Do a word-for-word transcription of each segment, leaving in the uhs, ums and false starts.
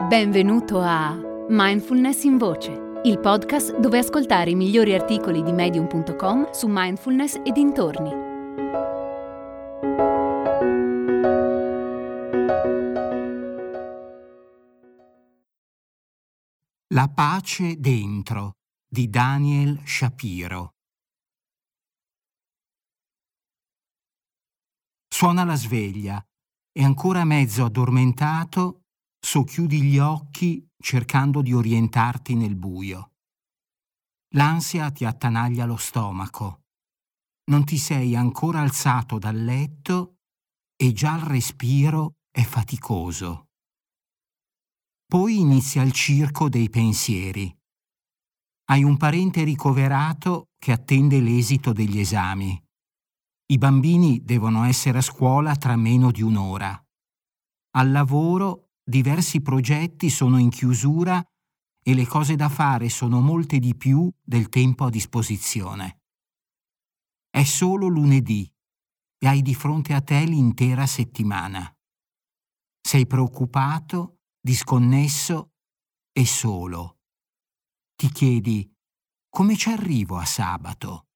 Benvenuto a Mindfulness in Voce, il podcast dove ascoltare i migliori articoli di medium punto com su mindfulness e dintorni. La pace dentro di Daniel Shapiro. Suona la sveglia e ancora mezzo addormentato socchiudi gli occhi cercando di orientarti nel buio. L'ansia ti attanaglia lo stomaco. Non ti sei ancora alzato dal letto e già il respiro è faticoso. Poi inizia il circo dei pensieri. Hai un parente ricoverato che attende l'esito degli esami. I bambini devono essere a scuola tra meno di un'ora. Al lavoro diversi progetti sono in chiusura e le cose da fare sono molte di più del tempo a disposizione. È solo lunedì e hai di fronte a te l'intera settimana. Sei preoccupato, disconnesso e solo. Ti chiedi: come ci arrivo a sabato?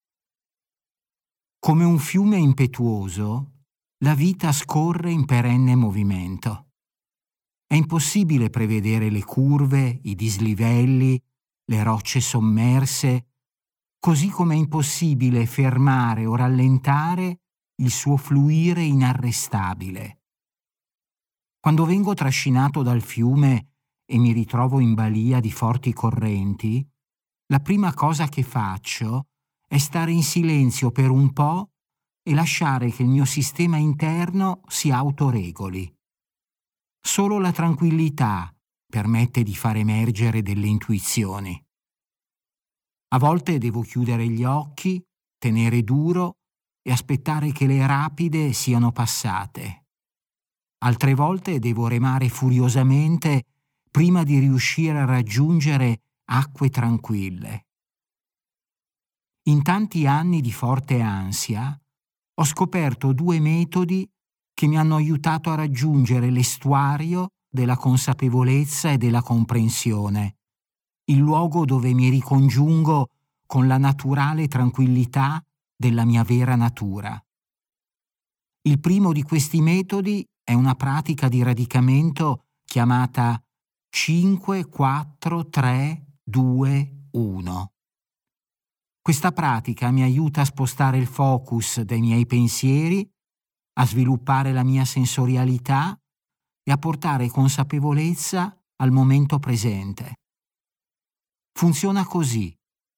Come un fiume impetuoso, la vita scorre in perenne movimento. È impossibile prevedere le curve, i dislivelli, le rocce sommerse, così come è impossibile fermare o rallentare il suo fluire inarrestabile. Quando vengo trascinato dal fiume e mi ritrovo in balia di forti correnti, la prima cosa che faccio è stare in silenzio per un po' e lasciare che il mio sistema interno si autoregoli. Solo la tranquillità permette di far emergere delle intuizioni. A volte devo chiudere gli occhi, tenere duro e aspettare che le rapide siano passate. Altre volte devo remare furiosamente prima di riuscire a raggiungere acque tranquille. In tanti anni di forte ansia ho scoperto due metodi che mi hanno aiutato a raggiungere l'estuario della consapevolezza e della comprensione, il luogo dove mi ricongiungo con la naturale tranquillità della mia vera natura. Il primo di questi metodi è una pratica di radicamento chiamata cinque quattro tre due uno. Questa pratica mi aiuta a spostare il focus dai miei pensieri, a sviluppare la mia sensorialità e a portare consapevolezza al momento presente. Funziona così.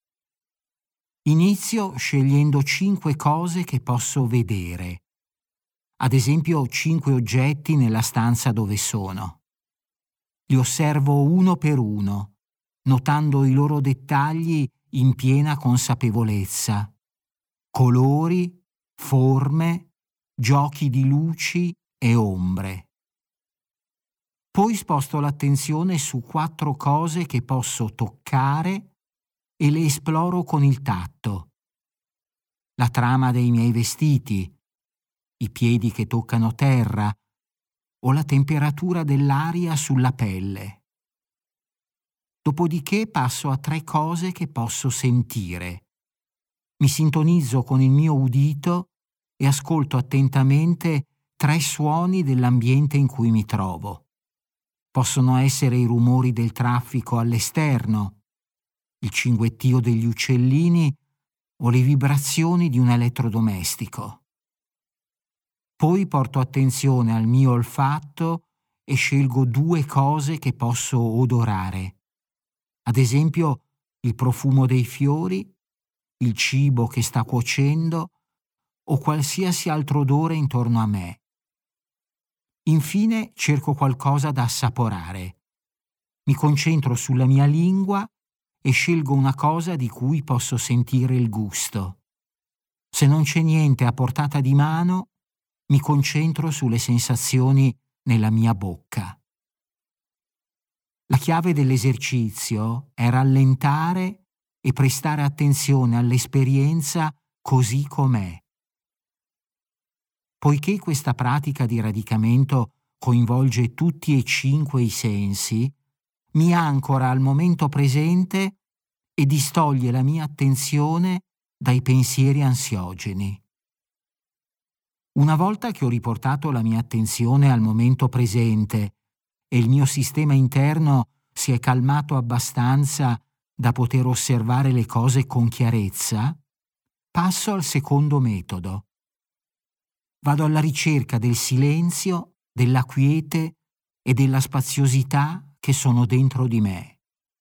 Inizio scegliendo cinque cose che posso vedere, ad esempio cinque oggetti nella stanza dove sono. Li osservo uno per uno, notando i loro dettagli in piena consapevolezza. Colori, forme, giochi di luci e ombre. Poi sposto l'attenzione su quattro cose che posso toccare e le esploro con il tatto. La trama dei miei vestiti, i piedi che toccano terra o la temperatura dell'aria sulla pelle. Dopodiché passo a tre cose che posso sentire. Mi sintonizzo con il mio udito e ascolto attentamente tre suoni dell'ambiente in cui mi trovo. Possono essere i rumori del traffico all'esterno, il cinguettio degli uccellini o le vibrazioni di un elettrodomestico. Poi porto attenzione al mio olfatto e scelgo due cose che posso odorare. Ad esempio, il profumo dei fiori, il cibo che sta cuocendo o qualsiasi altro odore intorno a me. Infine cerco qualcosa da assaporare. Mi concentro sulla mia lingua e scelgo una cosa di cui posso sentire il gusto. Se non c'è niente a portata di mano, mi concentro sulle sensazioni nella mia bocca. La chiave dell'esercizio è rallentare e prestare attenzione all'esperienza così com'è. Poiché questa pratica di radicamento coinvolge tutti e cinque i sensi, mi ancora al momento presente e distoglie la mia attenzione dai pensieri ansiogeni. Una volta che ho riportato la mia attenzione al momento presente e il mio sistema interno si è calmato abbastanza da poter osservare le cose con chiarezza, passo al secondo metodo. Vado alla ricerca del silenzio, della quiete e della spaziosità che sono dentro di me.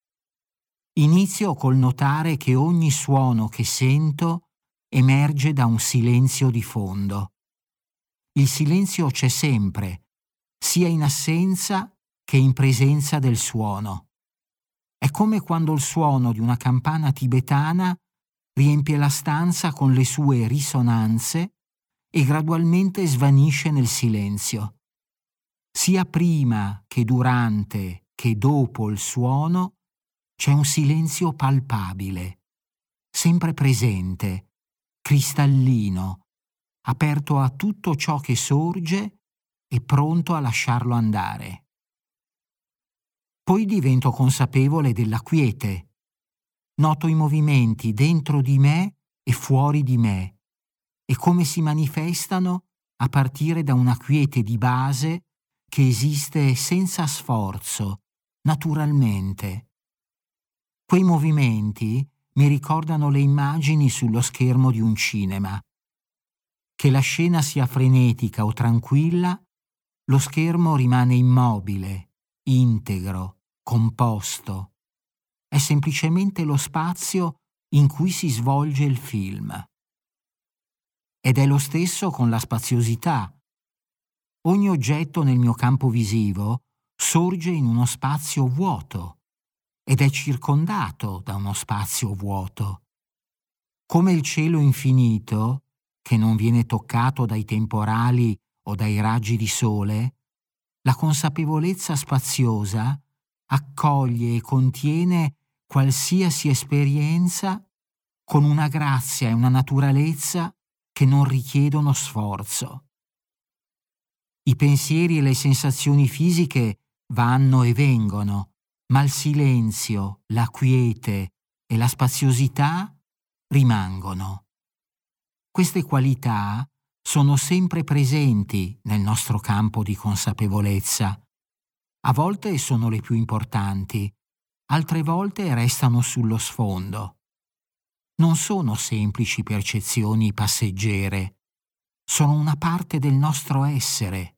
Inizio col notare che ogni suono che sento emerge da un silenzio di fondo. Il silenzio c'è sempre, sia in assenza che in presenza del suono. È come quando il suono di una campana tibetana riempie la stanza con le sue risonanze e gradualmente svanisce nel silenzio. Sia prima che durante che dopo il suono c'è un silenzio palpabile, sempre presente, cristallino, aperto a tutto ciò che sorge e pronto a lasciarlo andare. Poi divento consapevole della quiete. Noto i movimenti dentro di me e fuori di me e come si manifestano a partire da una quiete di base che esiste senza sforzo, naturalmente. Quei movimenti mi ricordano le immagini sullo schermo di un cinema. Che la scena sia frenetica o tranquilla, lo schermo rimane immobile, integro, composto. È semplicemente lo spazio in cui si svolge il film. Ed è lo stesso con la spaziosità. Ogni oggetto nel mio campo visivo sorge in uno spazio vuoto ed è circondato da uno spazio vuoto. Come il cielo infinito, che non viene toccato dai temporali o dai raggi di sole, la consapevolezza spaziosa accoglie e contiene qualsiasi esperienza con una grazia e una naturalezza che non richiedono sforzo. I pensieri e le sensazioni fisiche vanno e vengono, ma il silenzio, la quiete e la spaziosità rimangono. Queste qualità sono sempre presenti nel nostro campo di consapevolezza. A volte sono le più importanti, altre volte restano sullo sfondo. Non sono semplici percezioni passeggere, sono una parte del nostro essere.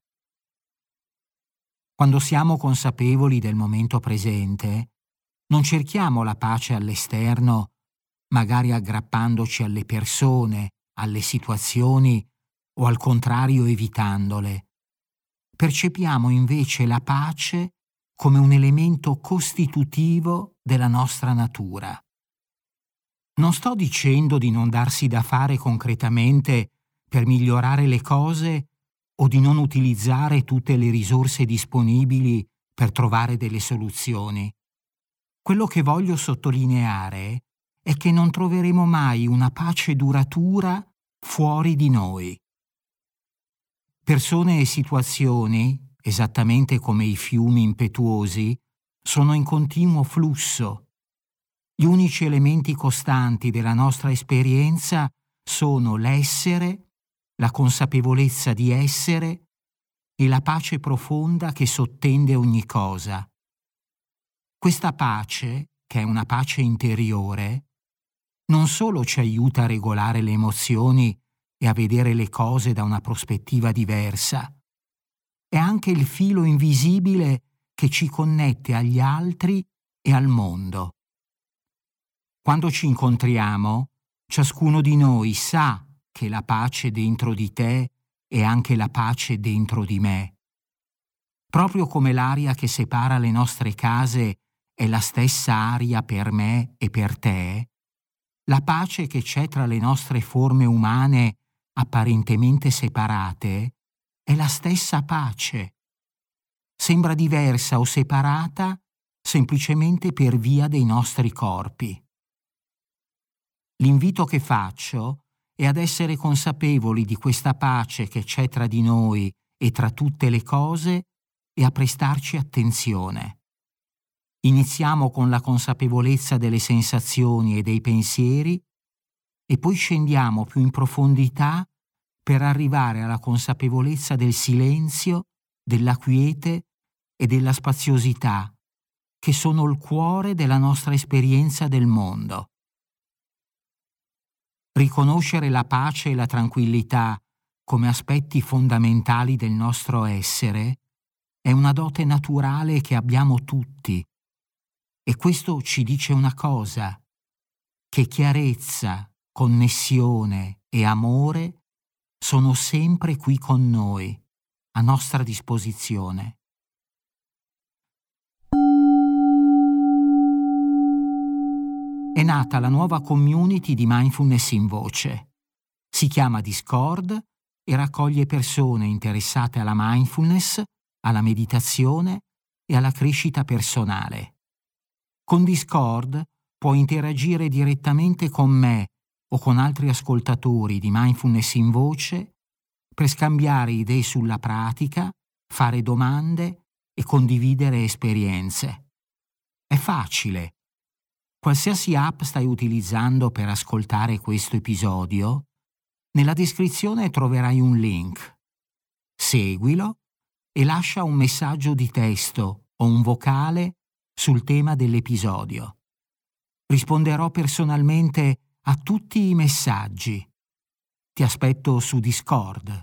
Quando siamo consapevoli del momento presente, non cerchiamo la pace all'esterno, magari aggrappandoci alle persone, alle situazioni o al contrario evitandole. Percepiamo invece la pace come un elemento costitutivo della nostra natura. Non sto dicendo di non darsi da fare concretamente per migliorare le cose o di non utilizzare tutte le risorse disponibili per trovare delle soluzioni. Quello che voglio sottolineare è che non troveremo mai una pace duratura fuori di noi. Persone e situazioni, esattamente come i fiumi impetuosi, sono in continuo flusso. Gli unici elementi costanti della nostra esperienza sono l'essere, la consapevolezza di essere e la pace profonda che sottende ogni cosa. Questa pace, che è una pace interiore, non solo ci aiuta a regolare le emozioni e a vedere le cose da una prospettiva diversa, è anche il filo invisibile che ci connette agli altri e al mondo. Quando ci incontriamo, ciascuno di noi sa che la pace dentro di te è anche la pace dentro di me. Proprio come l'aria che separa le nostre case è la stessa aria per me e per te, la pace che c'è tra le nostre forme umane apparentemente separate è la stessa pace. Sembra diversa o separata semplicemente per via dei nostri corpi. L'invito che faccio è ad essere consapevoli di questa pace che c'è tra di noi e tra tutte le cose e a prestarci attenzione. Iniziamo con la consapevolezza delle sensazioni e dei pensieri e poi scendiamo più in profondità per arrivare alla consapevolezza del silenzio, della quiete e della spaziosità, che sono il cuore della nostra esperienza del mondo. Riconoscere la pace e la tranquillità come aspetti fondamentali del nostro essere è una dote naturale che abbiamo tutti, e questo ci dice una cosa: che chiarezza, connessione e amore sono sempre qui con noi, a nostra disposizione. È nata la nuova community di Mindfulness in Voce. Si chiama Discord e raccoglie persone interessate alla mindfulness, alla meditazione e alla crescita personale. Con Discord puoi interagire direttamente con me o con altri ascoltatori di Mindfulness in Voce per scambiare idee sulla pratica, fare domande e condividere esperienze. È facile. Qualsiasi app stai utilizzando per ascoltare questo episodio, nella descrizione troverai un link. Seguilo e lascia un messaggio di testo o un vocale sul tema dell'episodio. Risponderò personalmente a tutti i messaggi. Ti aspetto su Discord.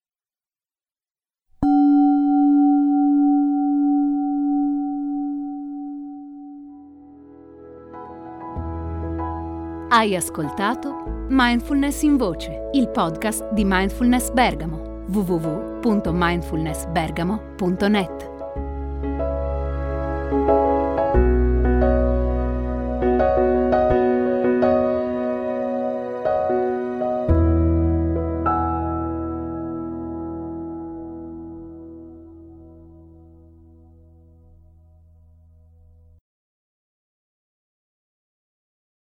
Hai ascoltato Mindfulness in Voce, il podcast di Mindfulness Bergamo. w w w punto mindfulness bergamo punto net